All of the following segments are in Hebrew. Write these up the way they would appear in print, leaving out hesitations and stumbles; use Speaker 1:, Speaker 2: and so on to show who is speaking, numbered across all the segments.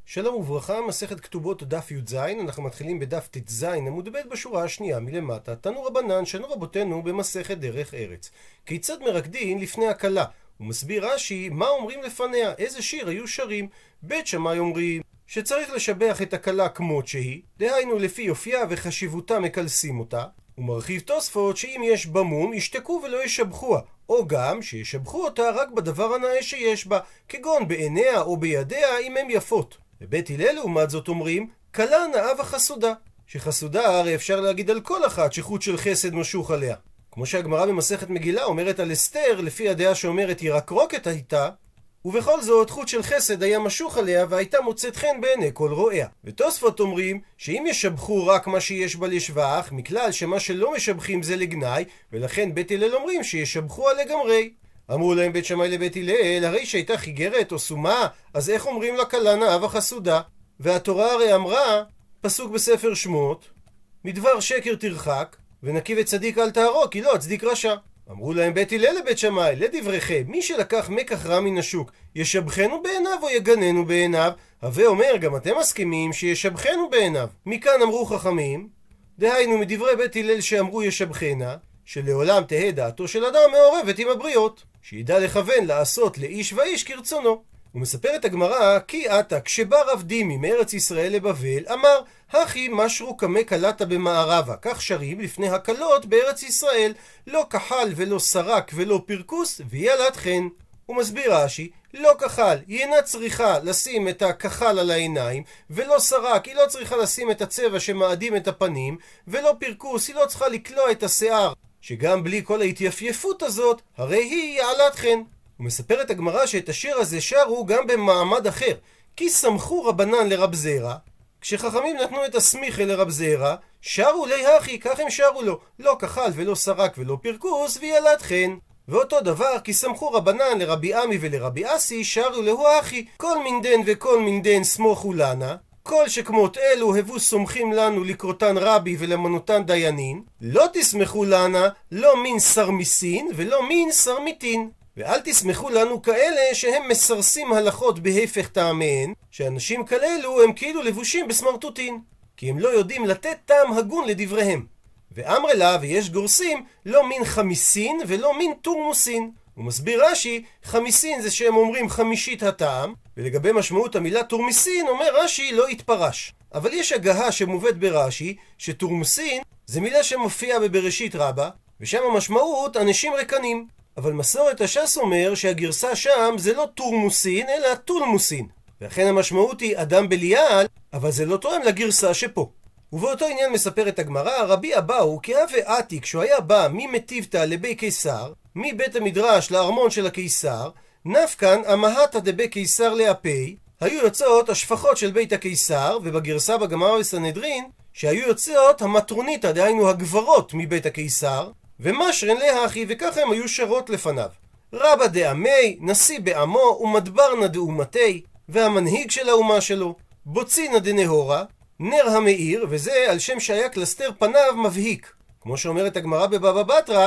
Speaker 1: שלום וברכה, מסכת כתובות דף י"ז, אנחנו מתחילים בדף ט"ז עמוד ב' בשורה השנייה מלמטה. תנו רבנן, שנו רבותינו במסכת דרך ארץ. כיצד מרקדין לפני הכלה? הוא מסביר רש"י מה אומרים לפניה, איזה שיר היו שרים. בית שמאי אומרים שצריך לשבח את הכלה כמות שהיא, דהיינו לפי יופייה וחשיבותה מקלסים אותה. הוא מרחיב תוספות שאם יש במום ישתקו ולא ישבחוה, או גם שישבחו אותה רק בדבר הנאה שיש בה, כגון בעיניה או בידיה אם הם יפות. בבית הלל לעומת זאת אומרים כלה נאה וחסודה, שחסודה הרי אפשר להגיד על כל אחת שחוט של חסד משוך עליה, כמו שהגמרא במסכת מגילה אומרת על אסתר לפי הדעה שאומרת ירקרוקת הייתה, ובכל זאת חוט של חסד היה משוך עליה והייתה מוצאת חן בעיני כל רואיה. ותוספות אומרים שאם ישבחו רק מה שיש בה לשבח, מכלל שמה שלא משבחים זה לגנאי, ולכן בית הלל אומרים שישבחו על לגמרי. אמרו להם בית שמאי לבית הלל, הרי שהייתה חיגרת או סומה, אז איך אומרים לה כלה נאה וחסודה? והתורה הרי אמרה, פסוק בספר שמות, מדבר שקר תרחק, ונקי וצדיק אל תהרוג, כי לא הצדיק רשע. אמרו להם בית הלל לבית שמאי, לדבריכם, מי שלקח מקח רע מן השוק, ישבחנו בעיניו או יגננו בעיניו? הווה אומר, גם אתם מסכימים שישבחנו בעיניו. מכאן אמרו חכמים, דהיינו מדברי בית הלל שאמרו ישבחנה, שלעולם תהא דעתו של אדם מעורבת עם הבריות, שידע לכוון לעשות לאיש ואיש כרצונו. ומספרת הגמרא כי עתה כשבא רב דימי מארץ ישראל לבבל, אמר הכי משרו קמא קלתה במערבה, כך שרים לפני הקלות בארץ ישראל, לא כחל ולא סרק ולא פרקוס וילד חן. הוא מסביר רש"י, לא כחל, היא אינה צריכה לשים את הכחל על העיניים, ולא סרק, היא לא צריכה לשים את הצבע שמאדים את הפנים, ולא פרקוס, היא לא צריכה לקלוע את השיער, שגם בלי כל ההתייפייפות הזאת, הרי היא ילד חן. הוא מספר את הגמרא שאת השיר הזה שרו גם במעמד אחר, כי סמכו רבנן לרב זרע, כשחכמים נתנו את הסמיכה לרב זרע, שרו לי הכי, כך הם שרו לו, לא כחל ולא סרק ולא פרקוס וילד חן. ואותו דבר כי סמכו רבנן לרבי עמי ולרבי אסי, שרו לו הכי, כל מינדן וכל מינדן סמוכו לנה, כל שכמות אלו הבו סומכים לנו לקרותן רבי ולמנותן דיינין, לא תסמכו לנה לא מין סרמיסין ולא מין סרמיתין. ואל תסמכו לנו כאלה שהם מסרסים הלכות בהפך טעמיהן, שאנשים כאלו הם כאילו לבושים בסמרטוטין, כי הם לא יודעים לתת טעם הגון לדבריהם. ואמר לה, ויש גורסים, לא מין חמיסין ולא מין תורמוסין. הוא מסביר רש"י, חמיסין זה שהם אומרים חמישית הטעם, ולגבי משמעות המילה תורמיסין אומר רש"י לא יתפרש. אבל יש הגהה שמובאת ברש"י, שתורמוסין זה מילה שמופיעה בבראשית רבה, ושם המשמעות אנשים רקנים. אבל מסורת הש"ס אומר שהגרסה שם זה לא תורמוסין אלא תולמוסין, ולכן המשמעות היא אדם בליעל, אבל זה לא תואם לגרסה שפה. ובאותו עניין מספרת הגמרא, רבי אבאו כהווה עתי, כשהוא היה בא ממטיבתא לבי קיסר, מבית המדרש לארמון של הקיסר, נפקן המהתא דבי קיסר לאפי, היו יוצאות השפחות של בית הקיסר, ובגרסה בגמרא בסנהדרין שהיו יוצאות המטרוניתא, דהיינו הגברות מבית הקיסר, ומשרן להכי, וככה הם היו שרות לפניו. רבא דעמי, נשיא בעמו, ומדברנא דאומתי, והמנהיג של האומה שלו, בוצינא דנהורה, נר המאיר, וזה על שם שהיה קלסתר פניו מבהיק. כמו שאומרת הגמרא בבבא בתרא,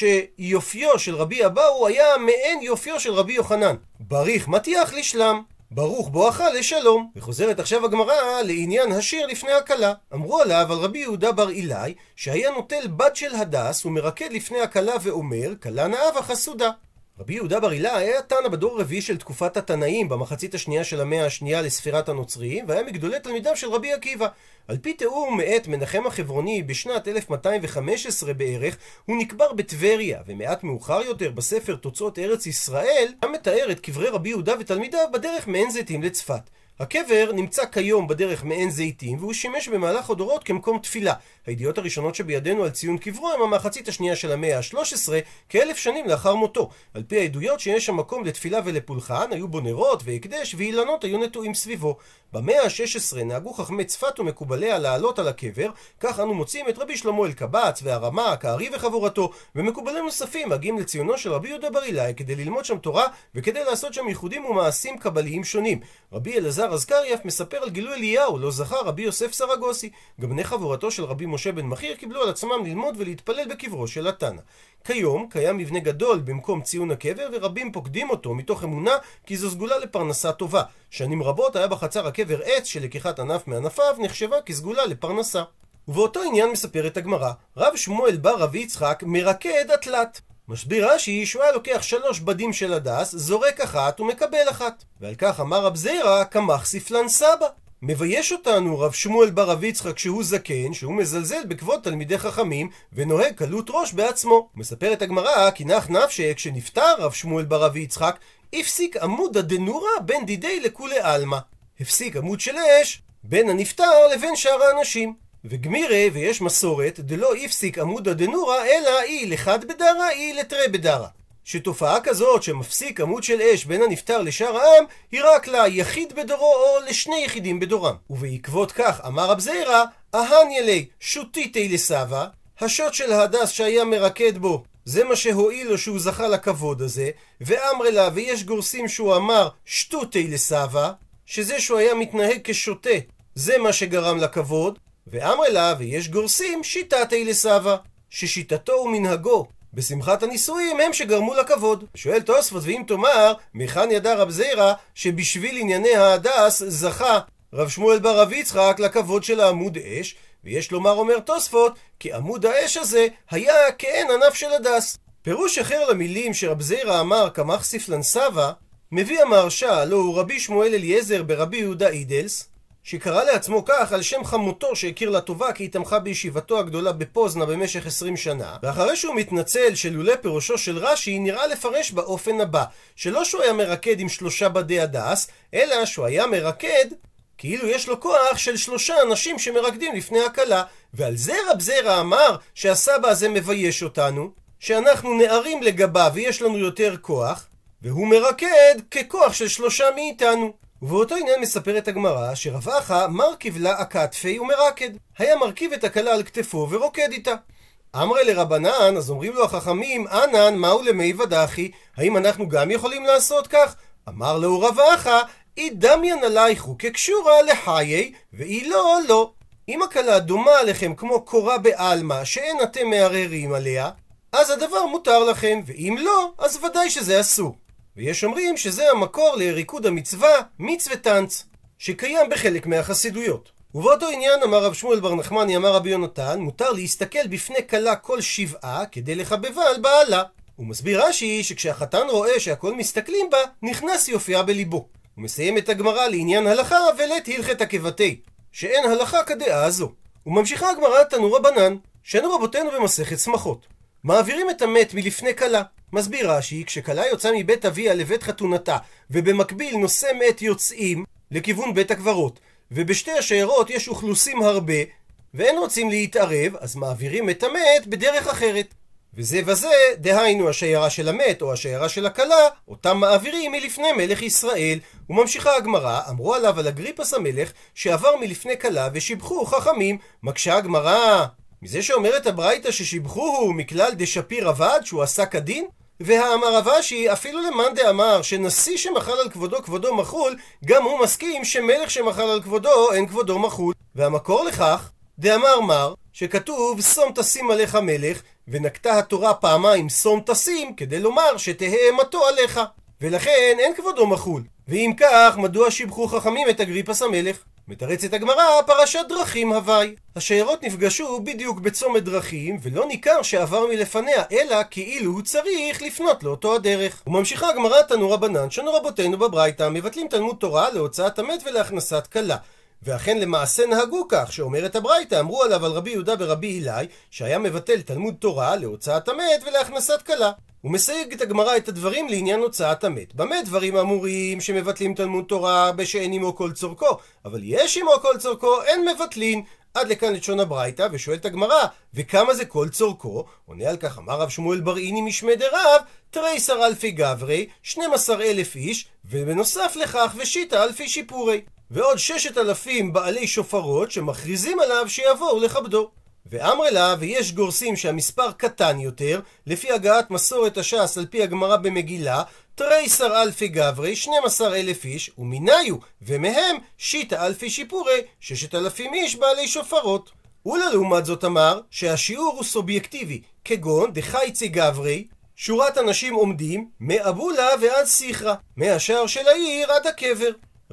Speaker 1: שיופיו של רבי אבאו היה מעין יופיו של רבי יוחנן. בריך מתיח לשלם, ברוך בואך לשלום. וחוזרת עכשיו הגמרא לעניין השיר לפני הכלה. אמרו עליו על רבי יהודה בר אילאי שהיה נוטל בד של הדס ומרקד לפני הכלה ואומר כלה נאה וחסודה. רבי יהודה בר אילאי היה תנא בדור הרביעי של תקופת התנאים במחצית השנייה של המאה השנייה לספירת הנוצריים, והיה מגדולי תלמידיו של רבי עקיבא. על פי תיאור מאת מנחם החברוני בשנת 1215 בערך, הוא נקבר בטבריה, ומעט מאוחר יותר בספר תוצאות ארץ ישראל גם מתאר את קברי רבי יהודה ותלמידיו בדרך מעין זיתים לצפת. הקבר נמצא כיום בדרך מעין זיתים, והוא שימש במהלך הדורות כמקום תפילה. הידיעות הראשונות שבידינו על ציון קברו הם המחצית השנייה של המאה ה-13, כ-1000 שנים לאחר מותו. על פי העדויות שיש שם מקום לתפילה ולפולחן, היו בו נרות והקדש ואילנות היו נטועים סביבו. במאה ה-16 נהגו חכמי צפת ומקובליה לעלות על הקבר, כך אנו מוצאים את רבי שלמה אלקבץ והרמ"ק, הארי וחבורתו, ומקובלים נוספים מגיעים לציונו של רבי יהודה בר אילאי כדי ללמוד שם תורה וכדי לעשות שם ייחודים ומעשים קבליים שונים. רבי אלעזר אזכרי אף מספר על גילוי אליהו, לא זכה רבי יוסף סרגוסי. גם בני חבורתו של רבי משה בן מחיר קיבלו על עצמם ללמוד ולהתפלל בקברו של התנא. כיום קיים מבנה גדול במקום ציון הקבר, ורבים פוקדים אותו מתוך אמונה כי זו סגולה לפרנסה טובה. שנים רבות היה בחצר הקבר קבר עץ שלקיחת ענף מענפיו נחשבה כסגולה לפרנסה. ובאותו עניין מספרת הגמרא, רב שמואל בר רב יצחק מרקד התלת. מסביר רש"י שהוא היה לוקח 3 בדים של הדס, זורק אחת ומקבל אחת. ועל כך אמר רב זירא, קמח ספלן סבא. מבייש אותנו רב שמואל בר רב יצחק שהוא זקן, שהוא מזלזל בכבוד תלמידי חכמים ונוהג קלות ראש בעצמו. מספרת הגמרא, כי נח נפשי, כשנפטר רב שמואל בר רב יצחק, הפסיק עמוד הדנורה בין דידי לכולי עלמא. הפסיק עמוד של אש בין הנפטר לבין שאר האנשים. וגמירה, ויש מסורת, דלא הפסיק עמוד הדנורה, אלא היא לחד בדרה, היא לתרי בדרה. שתופעה כזאת שמפסיק עמוד של אש בין הנפטר לשאר העם, היא רק ליחיד בדורו או לשני יחידים בדורם. ובעקבות כך אמר רב זירא, אהניה לי שוטיתי לסבא, השוט של ההדס שהיה מרקד בו, זה מה שהועיל לו שהוא זכה לכבוד הזה, ואמר לה, ויש גורסים שהוא אמר שטותי לסבא, שזה שהוא היה מתנהג כשוטה, זה מה שגרם לכבוד, ואמר לה, ויש גורסים שיטתי לסבא, ששיטתו ומנהגו בשמחת הנישואים הם שגרמו לכבוד. שואל תוספות, ואם תאמר, מכאן ידע רב זירא שבשביל ענייני ההדס זכה רב שמואל בר רב יצחק לכבוד של העמוד אש, ויש לומר, אומר תוספות, כי עמוד האש הזה היה כאין ענף של הדס. פירוש אחר למילים שרב זירא אמר קמח ספלן סבא, מביא המהרש"א, לא הוא רבי שמואל אליעזר ברבי יהודה אידלס, שקרא לעצמו כך על שם חמותו שהכיר לה טובה כי היא תמכה בישיבתו הגדולה בפוזנה במשך 20 שנה, ואחרי שהוא מתנצל שלולא פירושו של רש"י נראה לפרש באופן הבא, שלא שהוא היה מרקד עם 3 בדי הדס, אלא שהוא היה מרקד כאילו יש לו כוח של 3 אנשים שמרקדים לפני הכלה. ועל זה רב זירא אמר שהסבא הזה מבייש אותנו, שאנחנו נערים לגביו ויש לנו יותר כוח, והוא מרקד ככוח של 3 מאיתנו. ובאותו עניין מספרת הגמרא שרב אחא מרכיב לה הכתפי ומרקד, היה מרכיב את הכלה על כתפו ורוקד איתה. אמרי לרבנן, אז אומרים לו החכמים, אנן מהו למי ודחי, האם אנחנו גם יכולים לעשות כך? אמר לו רב אחא, אי דמיין עלייכו כקשורה לחיי ואי לא לא. אם הכלה דומה עליכם כמו קורה בעלמא שאין אתם מערערים עליה, אז הדבר מותר לכם, ואם לא, אז ודאי שזה אסור. ויש אומרים שזה המקור לריקוד המצווה מצווה טנץ, שקיים בחלק מהחסידויות. ובאותו עניין אמר רב שמואל בר נחמני אמר רבי יונתן, מותר להסתכל בפני כלה כל 7 כדי לחבבה על בעלה. הוא מסביר רש"י שכשהחתן רואה שהכל מסתכלים בה, נכנס יופייה בליבו. הוא מסיים את הגמרא לעניין הלכה ולית הלכת עקבתי, שאין הלכה כדעה הזו. וממשיכה הגמרא תנו רבנן, שאנו רבותינו במסכת שמחות, מעבירים את המת מלפני כלה. מסביר רש"י, כשכלה יוצאה מבית אביה לבית חתונתה, ובמקביל נושא מת יוצאים לכיוון בית הקברות, ובשתי השיירות יש אוכלוסים הרבה, ואין רוצים להתערב, אז מעבירים את המת בדרך אחרת. וזה וזה, דהיינו השיירה של המת או השיירה של הכלה, אותם מעבירים מלפני מלך ישראל. וממשיכה הגמרא, אמרו עליו על אגריפס המלך, שעבר מלפני כלה ושיבחו חכמים. מקשה הגמרא, מזה שאומרת הברייתא ששיבחוהו מכלל דשפיר עבד שהוא עשה כדין? והאמר רבשי, אפילו למאן דאמר שנשיא שמחל על כבודו כבודו מחול, גם הוא מסכים שמלך שמחל על כבודו אין כבודו מחול. והמקור לכך, דאמר מר, שכתוב שום תשים עליך מלך, ונקטה התורה פעמיים שום תשים כדי לומר שתהא אימתו עליך, ולכן אין כבודו מחול. ואם כך, מדוע שיבחו חכמים את אגריפס המלך? מתרצת הגמרא, פרשת דרכים הווי. השיירות נפגשו בדיוק בצומת דרכים, ולא ניכר שעבר מלפניה, אלא כאילו הוא צריך לפנות לאותו הדרך. וממשיכה הגמרא תנו רבנן, שנו רבותינו בברייתא מבטלים תלמוד תורה להוצאת המת ולהכנסת כלה. ואכן למעשה נהגו כך, שאומרת הברייתא, אמרו עליו על רבי יהודה ברבי אילאי, שהיה מבטל תלמוד תורה להוצאת המת ולהכנסת כלה. הוא מסייג את הגמרא את הדברים לעניין הוצאת המת. במה דברים אמורים שמבטלים תלמוד תורה בשאין עמו כל צורכו? אבל יש עמו כל צורכו, אין מבטלין. עד לכאן לשון הברייתא, ושואלת הגמרא, וכמה זה כל צורכו? עונה על כך אמר רב שמואל בר איני משמי דרב, 13,000 גברי, 12,000 איש, ובנוסף לכך ושיטה אלפי שיפורי. ועוד 6,000 בעלי שופרות שמכריזים עליו שיבואו לכבדו. ואמר לה, ויש גורסים שהמספר קטן יותר, לפי הגעת מסורת הש"ס על פי הגמרא במגילה, 13,000 גברי, 12,000 איש, ומניו, ומהם שיטה אלפי שיפורי, 6,000 איש בעלי שופרות. ולעומת זאת אמר שהשיעור הוא סובייקטיבי, כגון דחייצי גברי, שורת אנשים עומדים מאבולה ועד סיכרה, מהשער של העיר עד הקבר.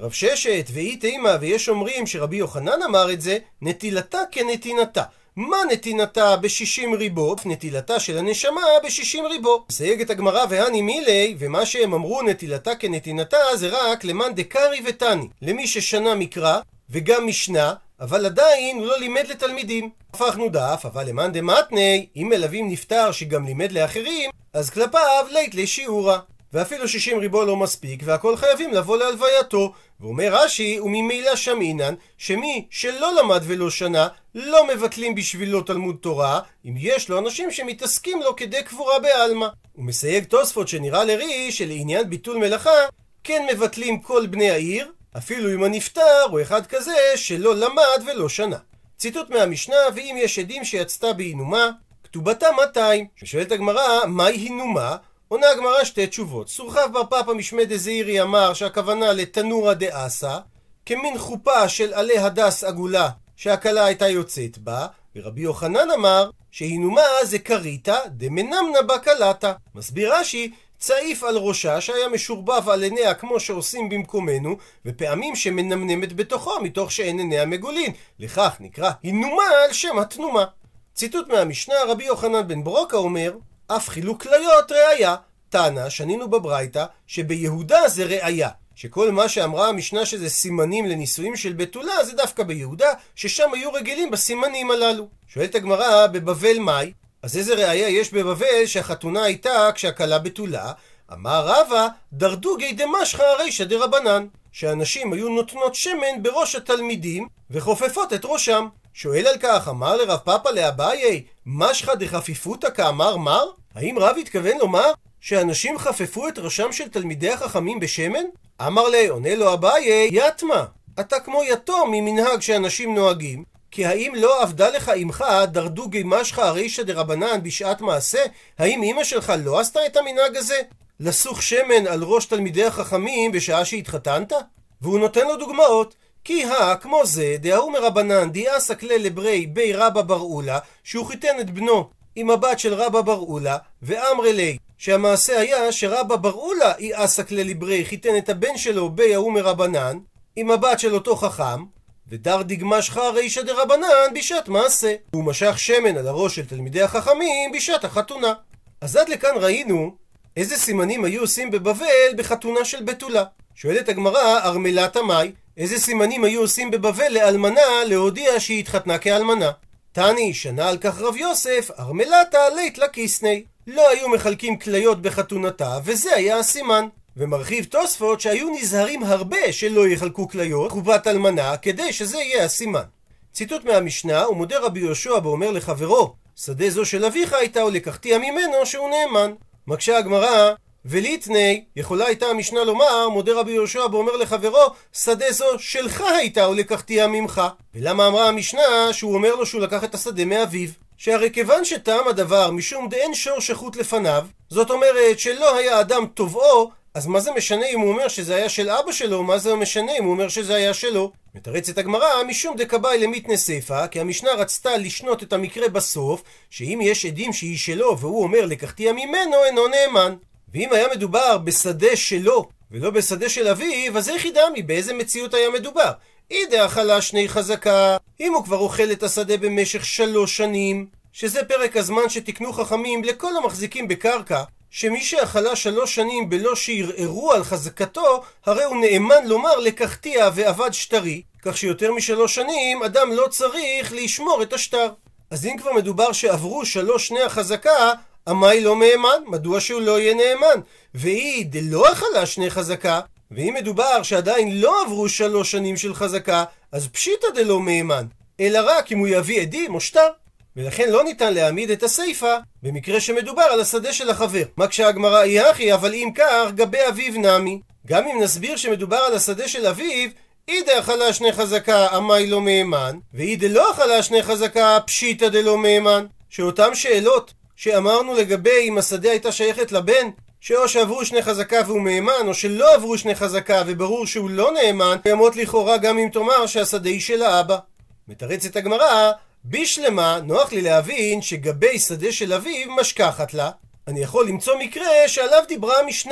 Speaker 1: רב ששת ואי תימה, ויש אומרים שרבי יוחנן אמר את זה, נטילתה כנתינתה. מה נתינתה ב-60 ריבו? נטילתה של הנשמה ב-60 ריבו. מסייגת הגמרא והני מילי, ומה שהם אמרו נטילתה כנתינתה זה רק למאן דקרי ותני, למי ששנה מקרא וגם משנה, אבל עדיין הוא לא לימד לתלמידים. הפכנו דף, אבל למאן דמתני, אם מלווים נפטר שגם לימד לאחרים, אז כלפיו לית לשיעורה. ואפילו 60 ריבו לא מספיק, והכל חייבים לבוא להלווייתו. ואומר רש"י, וממילא שמעינן, שמי שלא למד ולא שנה, לא מבטלים בשבילו תלמוד תורה, אם יש לו אנשים שמתעסקים לו כדי קבורה בעלמא. הוא מסייג תוספות שנראה לרי, שלעניין ביטול מלאכה, כן מבטלים כל בני העיר, אפילו אם הנפטר הוא אחד כזה שלא למד ולא שנה. ציטוט מהמשנה, ואם יש עדים שיצתה בהינומה, כתובתה 200. ששואלת הגמרא, מהי הינומה? עונה הגמרא שתי תשובות. סורחב בר פפא משמי דזעירי אמר שהכוונה לתנורא דאסא, כמין חופה של עלי הדס עגולה שהכלה הייתה יוצאת בה, ורבי יוחנן אמר שהינומה זה קריתא דמנמנה בה קלתא. מסביר רש"י, צעיף על ראשה שהיה משורבב על עיניה כמו שעושים במקומנו, ופעמים שמנמנמת בתוכו מתוך שאין עיניה מגולין, לכך נקרא הינומה על שם התנומה. ציטוט מהמשנה, רבי יוחנן בן ברוקה אומר, אף חילוק כליות ראיה. טענה, שנינו בברייתא, שביהודה זה ראיה, שכל מה שאמרה המשנה שזה סימנים לנישואים של בתולה, זה דווקא ביהודה, ששם היו רגילים בסימנים הללו. שואלת הגמרא, בבבל מאי? אז איזה ראיה יש בבבל שהחתונה הייתה כשהכלה בתולה? אמר רבא, דרדוגי דמשחא הרישא דרבנן, שאנשים היו נותנות שמן בראש התלמידים וחופפות את ראשם. שואל על כך, אמר לרב פפא לאביי, משחא דחפיפותא כאמר מר? האם רב התכוון לומר שאנשים חפפו את ראשם של תלמידי החכמים בשמן? אמר לי, עונה לו אביי, יתמה, אתה כמו יתום ממנהג שאנשים נוהגים, כי האם לא עבדה לך אמך דרדוגי משחא הרישא דרבנן בשעת מעשה? האם אמא שלך לא עשתה את המנהג הזה? לסוך שמן על ראש תלמידי החכמים בשעה שהתחתנת? והוא נותן לו דוגמאות. כי כמו זה, דהאו מרבנן דיאסא כלי לברי בי רבא בר אולה, שהוא חיתן את בנו עם הבת של רבא בר אולה, ואמרי לי, שהמעשה היה שרבא בר אולה איאסא כלי לברי חיתן את הבן שלו בי ההוא מרבנן, עם הבת של אותו חכם, ודרדיג משחא הרישא דרבנן בשעת מעשה. הוא משך שמן על הראש של תלמידי החכמים בשעת החתונה. אז עד לכאן ראינו איזה סימנים היו עושים בבבל בחתונה של בתולה. שואלת הגמרא, ארמלתא מאי? איזה סימנים היו עושים בבבל לאלמנה להודיע שהיא התחתנה כאלמנה? תני, שנה על כך רב יוסף, ארמלתא לית לה קיסני. לא היו מחלקים כליות בחתונתה, וזה היה הסימן. ומרחיב תוספות שהיו נזהרים הרבה שלא יחלקו כליות חופת אלמנה, כדי שזה יהיה הסימן. ציטוט מהמשנה, ומודה רבי יהושע ואומר לחברו, שדה זו של אביך הייתה ולקחתיה ממנו שהוא נאמן. מקשה הגמרא, וליתני, יכולה הייתה המשנה לומר, מודה רבי יהושע ואומר לחברו, שדה זו שלך הייתה ולקחתיה ממך. ולמה אמרה המשנה שהוא אומר לו שהוא לקח את השדה מאביו? שהרי כיוון שטעם הדבר משום דאין שור שחוט לפניו, זאת אומרת שלא היה אדם תובעו, אז מה זה משנה אם הוא אומר שזה היה של אבא שלו, מה זה משנה אם הוא אומר שזה היה שלו? מתרצת הגמרא, משום דקבאי למיתנה סיפא, כי המשנה רצתה לשנות את המקרה בסוף, שאם יש עדים שהיא שלו והוא אומר לקחתיה ממנו, אינו נאמן. ואם היה מדובר בשדה שלו ולא בשדה של אביו, אז איך ידעמי באיזה מציאות היה מדובר? אידה אכלה שני חזקה, אם הוא כבר אוכל את השדה במשך 3 שנים, שזה פרק הזמן שתקנו חכמים לכל המחזיקים בקרקע, שמי שאכלה 3 שנים בלא שירערו על חזקתו, הרי הוא נאמן לומר לקחתיה ועבד שטרי, כך שיותר מ3 שנים אדם לא צריך לשמור את השטר. אז אם כבר מדובר שעברו 3 שני החזקה, אמי לא מהימן, מדוע שהוא לא יהיה נאמן? והיא דלא אכלה 2 חזקה, ואם מדובר שעדיין לא עברו 3 שנים של חזקה, אז פשיטא דלא מהימן, אלא רק אם הוא יביא עדים או שטר. ולכן לא ניתן להעמיד את הסיפא במקרה שמדובר על השדה של החבר. מה כשהגמרא יחי, אבל אם כך גבי אביו נמי. גם אם נסביר שמדובר על השדה של אביו, אידה אכלה 2 חזקה, אמי לא מהימן, ואידה לא אכלה 2 חזקה, פשיטא דלא מהימן. שאותם שאלות שאמרנו לגבי אם השדה הייתה שייכת לבן, שאו שעברו 2 חזקה והוא מהימן, או שלא עברו 2 חזקה וברור שהוא לא נאמן, קיימות לכאורה גם אם תאמר שהשדה היא של האבא. מתרצת הגמרא, בשלמה נוח לי להבין שגבי שדה של אביו משכחת לה. אני יכול למצוא מקרה שעליו דיברה המשנה,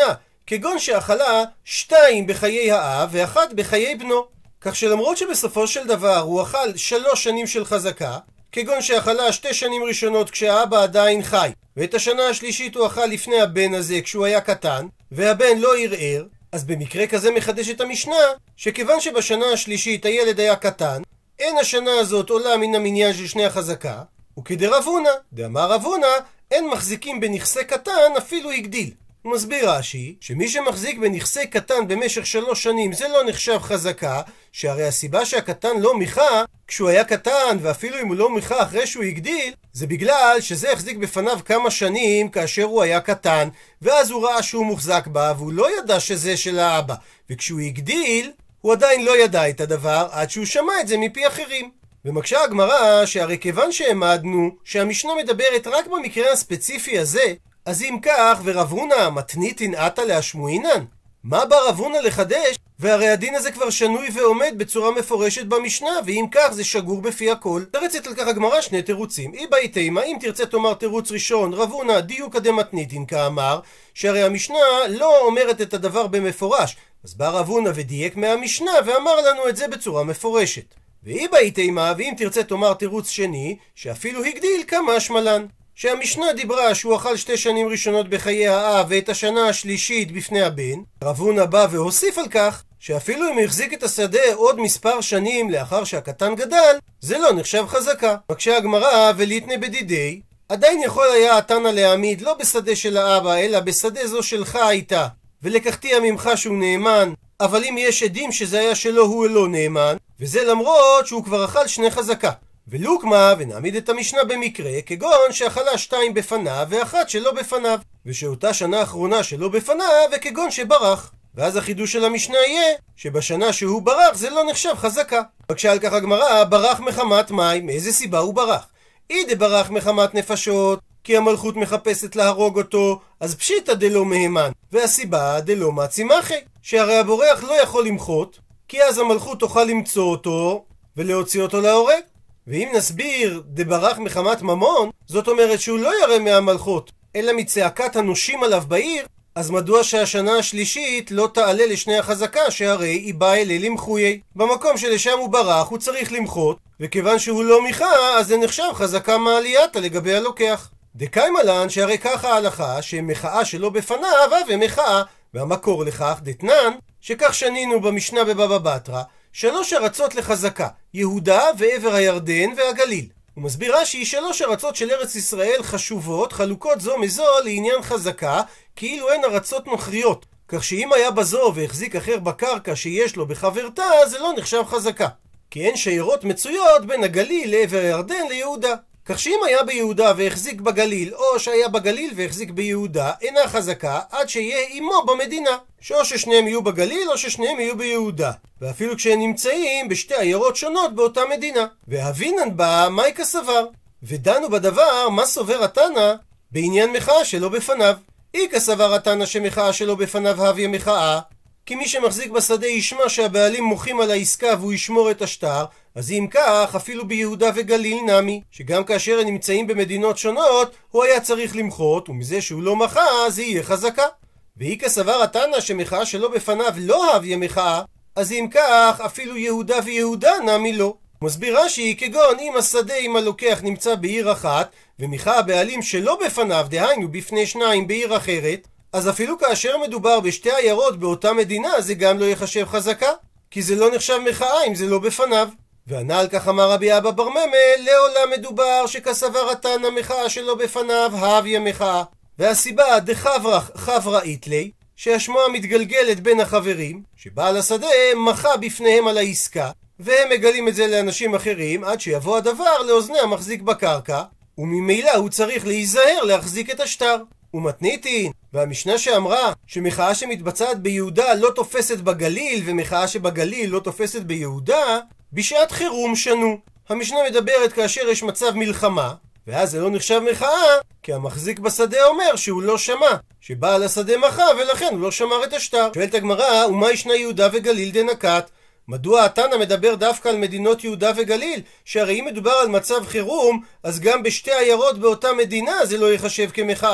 Speaker 1: כגון שאכלה 2 בחיי האב ו1 בחיי בנו. כך שלמרות שבסופו של דבר הוא אכל 3 שנים של חזקה, כגון שאכלה 2 שנים ראשונות כשהאבא עדיין חי, ואת השנה השלישית הוא אכל לפני הבן הזה כשהוא היה קטן, והבן לא ערער, אז במקרה כזה מחדשת המשנה, שכיוון שבשנה השלישית הילד היה קטן, אין השנה הזאת עולה מן המניין של שני החזקה, וכדרב הונא, דאמר רב הונא, אין מחזיקים בנכסי קטן אפילו הגדיל. הוא מסביר רש"י, שמי שמחזיק בנכסי קטן במשך 3 שנים זה לא נחשב חזקה, שהרי הסיבה שהקטן לא מיכה כשהוא היה קטן, ואפילו אם הוא לא מיכה אחרי שהוא הגדיל, זה בגלל שזה החזיק בפניו כמה שנים כאשר הוא היה קטן, ואז הוא ראה שהוא מוחזק בה, והוא לא ידע שזה של האבא, וכשהוא הגדיל, הוא עדיין לא ידע את הדבר עד שהוא שמע את זה מפי אחרים. ומקשה הגמרא שהרי כיוון שהעמדנו שהמשנה מדברת רק במקרה הספציפי הזה, אז אם כך, ורב הונא מתניתין עתה להשמועינן? מה בא רב הונא לחדש? והרי הדין הזה כבר שנוי ועומד בצורה מפורשת במשנה, ואם כך זה שגור בפי הכל. תרצת על כך הגמרא 2 תירוצים. אי באי תימא, אם תרצה תאמר תירוץ ראשון, רב הונא דיוקא דמתניתין כאמר, שהרי המשנה לא אומרת את הדבר במפורש. אז בא רב הונא ודייק מהמשנה ואמר לנו את זה בצורה מפורשת. ואי באי תימא, ואם תרצה תאמר תירוץ שני, שאפילו הגדיל כמשמע לן. שהמשנה דיברה שהוא אכל 2 שנים ראשונות בחיי האב ואת השנה השלישית בפני הבן, רב הונא בא והוסיף על כך שאפילו אם החזיק את השדה עוד מספר שנים לאחר שהקטן גדל, זה לא נחשב חזקה. מקשה הגמרא וליתנה בדידי, עדיין יכול היה התנא להעמיד לא בשדה של האבא אלא בשדה זו שלך הייתה, ולקחתיה ממך שהוא נאמן, אבל אם יש עדים שזה היה שלו הוא לא נאמן, וזה למרות שהוא כבר אכל 2 חזקה. ולוקמה, ונעמיד את המשנה במקרה, כגון שאכלה 2 בפניו ו1 שלא בפניו, ושאותה שנה האחרונה שלא בפניו וכגון שברח. ואז החידוש של המשנה יהיה שבשנה שהוא ברח זה לא נחשב חזקה. בקשה על כך הגמרא, ברח מחמת מים, מאיזה סיבה הוא ברח? אי דברח מחמת נפשות, כי המלכות מחפשת להרוג אותו, אז פשיטא דלא מהימן, והסיבה דלא מעצימחי, שהרי הבורח לא יכול למחות, כי אז המלכות תוכל למצוא אותו ולהוציא אותו להורג. ואם נסביר דברח מחמת ממון, זאת אומרת שהוא לא ירא מהמלכות, אלא מצעקת הנושים עליו בעיר, אז מדוע שהשנה השלישית לא תעלה לשני החזקה, שהרי היא באה אלי למחויי? במקום שלשם הוא ברח הוא צריך למחות, וכיוון שהוא לא מיכה, אז זה נחשב חזקה מעלייתא לגבי הלוקח. דקיימא לן, שהרי ככה ההלכה, שמחאה שלא בפניו ומחאה, והמקור לכך דתנן, שכך שנינו במשנה בבבא בתרא, 3 ארצות לחזקה, יהודה ועבר הירדן והגליל. הוא מסביר רש"י 3 ארצות של ארץ ישראל חשובות, חלוקות זו מזו לעניין חזקה, כאילו הן ארצות נוכריות, כך שאם היה בזו והחזיק אחר בקרקע שיש לו בחברתה, זה לא נחשב חזקה. כי הן שיירות מצויות בין הגליל לעבר הירדן ליהודה. כך שאם היה ביהודה והחזיק בגליל, או שהיה בגליל והחזיק ביהודה, אינה חזקה עד שיהיה עמו במדינה, שאו ששניהם יהיו בגליל או ששניהם יהיו ביהודה, ואפילו כשהם נמצאים בשתי עיירות שונות באותה מדינה. והבינן בה מייקה סבר, ודנו בדבר מה סובר התנא בעניין מחאה שלא בפניו. איקה סבר התנא שמחאה שלא בפניו הביא מחאה, כי מי שמחזיק בשדה ישמע שהבעלים מוחים על העסקה והוא ישמור את השטר, אז אם כך אפילו ביהודה וגליל נמי, שגם כאשר הם נמצאים במדינות שונות הוא היה צריך למחות, ומזה שהוא לא מחה זה יהיה חזקה. ואיקה סבר התנא שמחאה שלא בפניו לא הביא מחאה, אז אם כך אפילו יהודה ויהודה נמי לא. מסביר רש"י כגון אם השדה עם הלוקח נמצא בעיר אחת ומחאה הבעלים שלא בפניו, דהיינו בפני 2 בעיר אחרת, אז אפילו כאשר מדובר בשתי עיירות באותה מדינה זה גם לא יחשב חזקה, כי זה לא נחשב מחאה אם זה לא בפניו. וענה על כך אמר רבי אבא בר ממה, לעולם מדובר שכסבר התנא מחאה שלא בפניו הביא מחאה. והסיבה דחברח חברא איתלי, שהשמועה מתגלגלת בין החברים, שבעל השדה מחה בפניהם על העסקה, והם מגלים את זה לאנשים אחרים עד שיבוא הדבר לאוזני המחזיק בקרקע, וממילא הוא צריך להיזהר להחזיק את השטר. ומתניתין, והמשנה שאמרה שמחאה שמתבצעת ביהודה לא תופסת בגליל ומחאה שבגליל לא תופסת ביהודה, בשעת חירום שנו. המשנה מדברת כאשר יש מצב מלחמה, ואז זה לא נחשב מחאה, כי המחזיק בשדה אומר שהוא לא שמע, שבעל השדה מחה ולכן הוא לא שמר את השטר. שואלת הגמרא, ומה ישנה יהודה וגליל דנקת? מדוע התנא מדבר דווקא על מדינות יהודה וגליל? שהרי אם מדובר על מצב חירום, אז גם בשתי עיירות באותה מדינה זה לא יחשב כמחאה.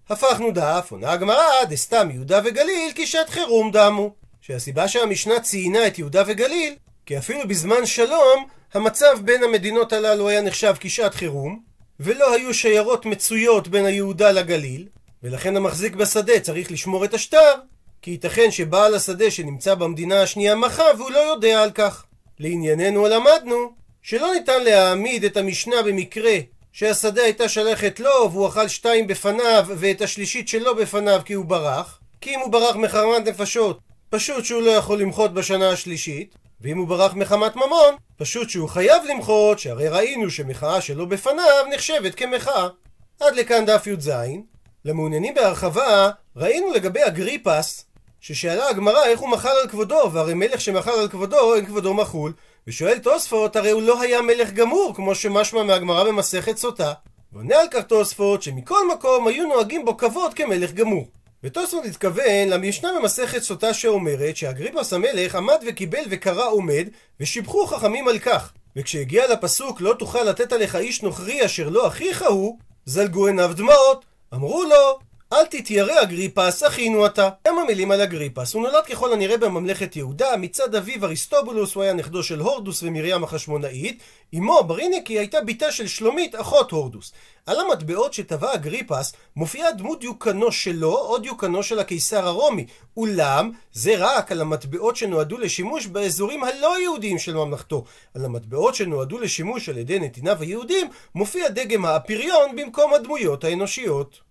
Speaker 1: הפכנו דף, עונה הגמרא, דסתם יהודה וגליל כי שעת חירום דמו. שהסיבה שהמשנה ציינה את יהודה וגליל, כי אפילו בזמן שלום, המצב בין המדינות הללו היה נחשב כשעת חירום, ולא היו שיירות מצויות בין היהודה לגליל, ולכן המחזיק בשדה צריך לשמור את השטר, כי ייתכן שבעל השדה שנמצא במדינה השנייה מחה והוא לא יודע על כך. לענייננו למדנו שלא ניתן להעמיד את המשנה במקרה שהשדה הייתה שלחת לו והוא אכל 2 בפניו ואת השלישית שלו בפניו כי הוא ברח, כי אם הוא ברח מחמת נפשות פשוט שהוא לא יכול למחות בשנה השלישית, ואם הוא ברח מחמת ממון פשוט שהוא חייב למחות, שהרי ראינו שמחאה שלו בפניו נחשבת כמחאה. עד לכאן דף י"ז. למעוניינים בהרחבה ראינו לגבי אגריפס ששאלה הגמרא איך הוא מחל על כבודו, והרי מלך שמחל על כבודו אין כבודו מחול, ושואל תוספות הרי הוא לא היה מלך גמור כמו שמשמע מהגמרא במסכת סוטה, ועונה על כך תוספות שמכל מקום היו נוהגים בו כבוד כמלך גמור. ותוספות התכוון למשנה במסכת סוטה שאומרת שאגריפס המלך עמד וקיבל וקרא עומד ושיבחו חכמים על כך, וכשהגיע לפסוק לא תוכל לתת עליך איש נוכרי אשר לא אחיך הוא, זלגו עיניו דמעות, אמרו לו אל תתיירא אגריפס, אחינו אתה. כמה מילים על אגריפס. הוא נולד ככל הנראה בממלכת יהודה, מצד אביו אריסטובולוס הוא היה נכדו של הורדוס ומרים החשמונאית, אמו בריניקי הייתה ביתה של שלומית אחות הורדוס. על המטבעות שטבע אגריפס מופיעה דמות דיוקנו שלו או דיוקנו של הקיסר הרומי, אולם זה רק על המטבעות שנועדו לשימוש באזורים הלא יהודיים של ממלכתו. על המטבעות שנועדו לשימוש על ידי נתיניו היהודים מופיע דגם האפיריון במקום הדמויות האנושיות.